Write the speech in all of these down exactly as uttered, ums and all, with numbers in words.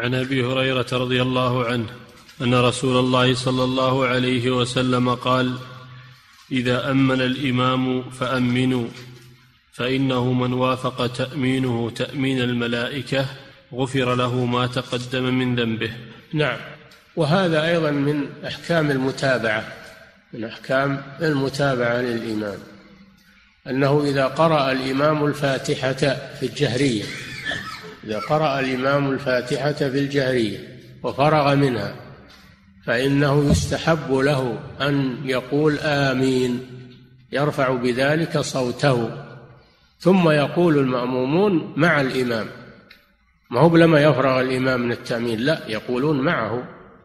عن أبي هريرة رضي الله عنه أن رسول الله صلى الله عليه وسلم قال: إذا أمن الإمام فأمنوا، فإنه من وافق تأمينه تأمين الملائكة غفر له ما تقدم من ذنبه. نعم. وهذا أيضا من أحكام المتابعة، من أحكام المتابعة للإمام، أنه إذا قرأ الإمام الفاتحة في الجهرية إذا قرأ الإمام الفاتحة في الجهرية وفرغ منها، فإنه يستحب له أن يقول آمين، يرفع بذلك صوته، ثم يقول المأمومون مع الإمام، ما هو لما يفرغ الإمام من التأمين، لا، يقولون معه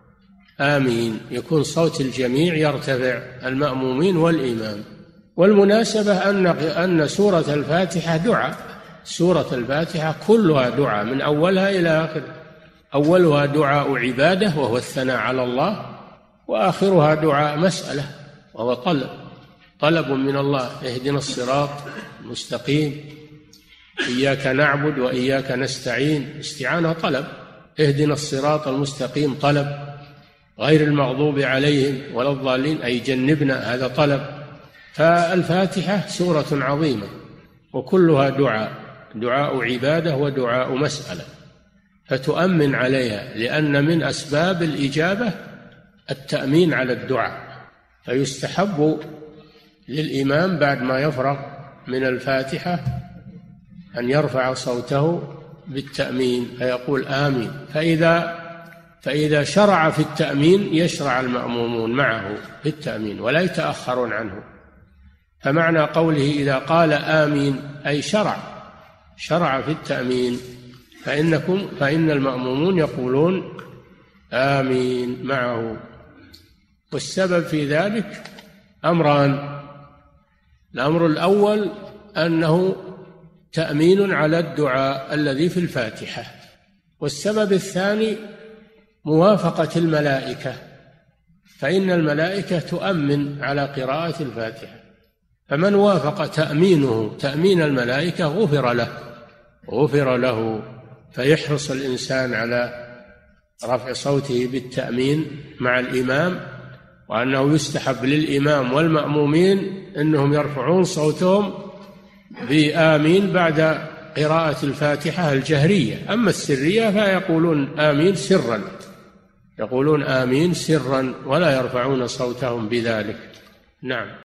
آمين، يكون صوت الجميع يرتفع، المأمومين والإمام. والمناسبة أن أن سورة الفاتحة دعاء، سورة الفاتحة كلها دعاء من أولها إلى آخرها، أولها دعاء عبادة وهو الثناء على الله، وآخرها دعاء مسألة وهو طلب طلب من الله: اهدنا الصراط المستقيم، إياك نعبد وإياك نستعين، استعانة طلب، اهدنا الصراط المستقيم طلب، غير المغضوب عليهم ولا الضالين أي جنبنا، هذا طلب. فالفاتحة سورة عظيمة وكلها دعاء، دعاء عبادة ودعاء مسألة، فتؤمن عليها، لأن من أسباب الإجابة التأمين على الدعاء. فيستحب للإمام بعد ما يفرغ من الفاتحة أن يرفع صوته بالتأمين فيقول آمين، فإذا فإذا شرع في التأمين يشرع المأمومون معه في التأمين ولا يتأخرون عنه. فمعنى قوله إذا قال آمين أي شرع شرع في التأمين، فإنكم فإن المأمومون يقولون آمين معه. والسبب في ذلك أمران: الأمر الأول أنه تأمين على الدعاء الذي في الفاتحة، والسبب الثاني موافقة الملائكة، فإن الملائكة تؤمن على قراءة الفاتحة، فمن وافق تأمينه تأمين الملائكة غفر له غفر له فيحرص الإنسان على رفع صوته بالتأمين مع الإمام، وأنه يستحب للإمام والمأمومين أنهم يرفعون صوتهم بآمين بعد قراءة الفاتحة الجهرية. أما السرية فيقولون آمين سرا يقولون آمين سرا ولا يرفعون صوتهم بذلك. نعم.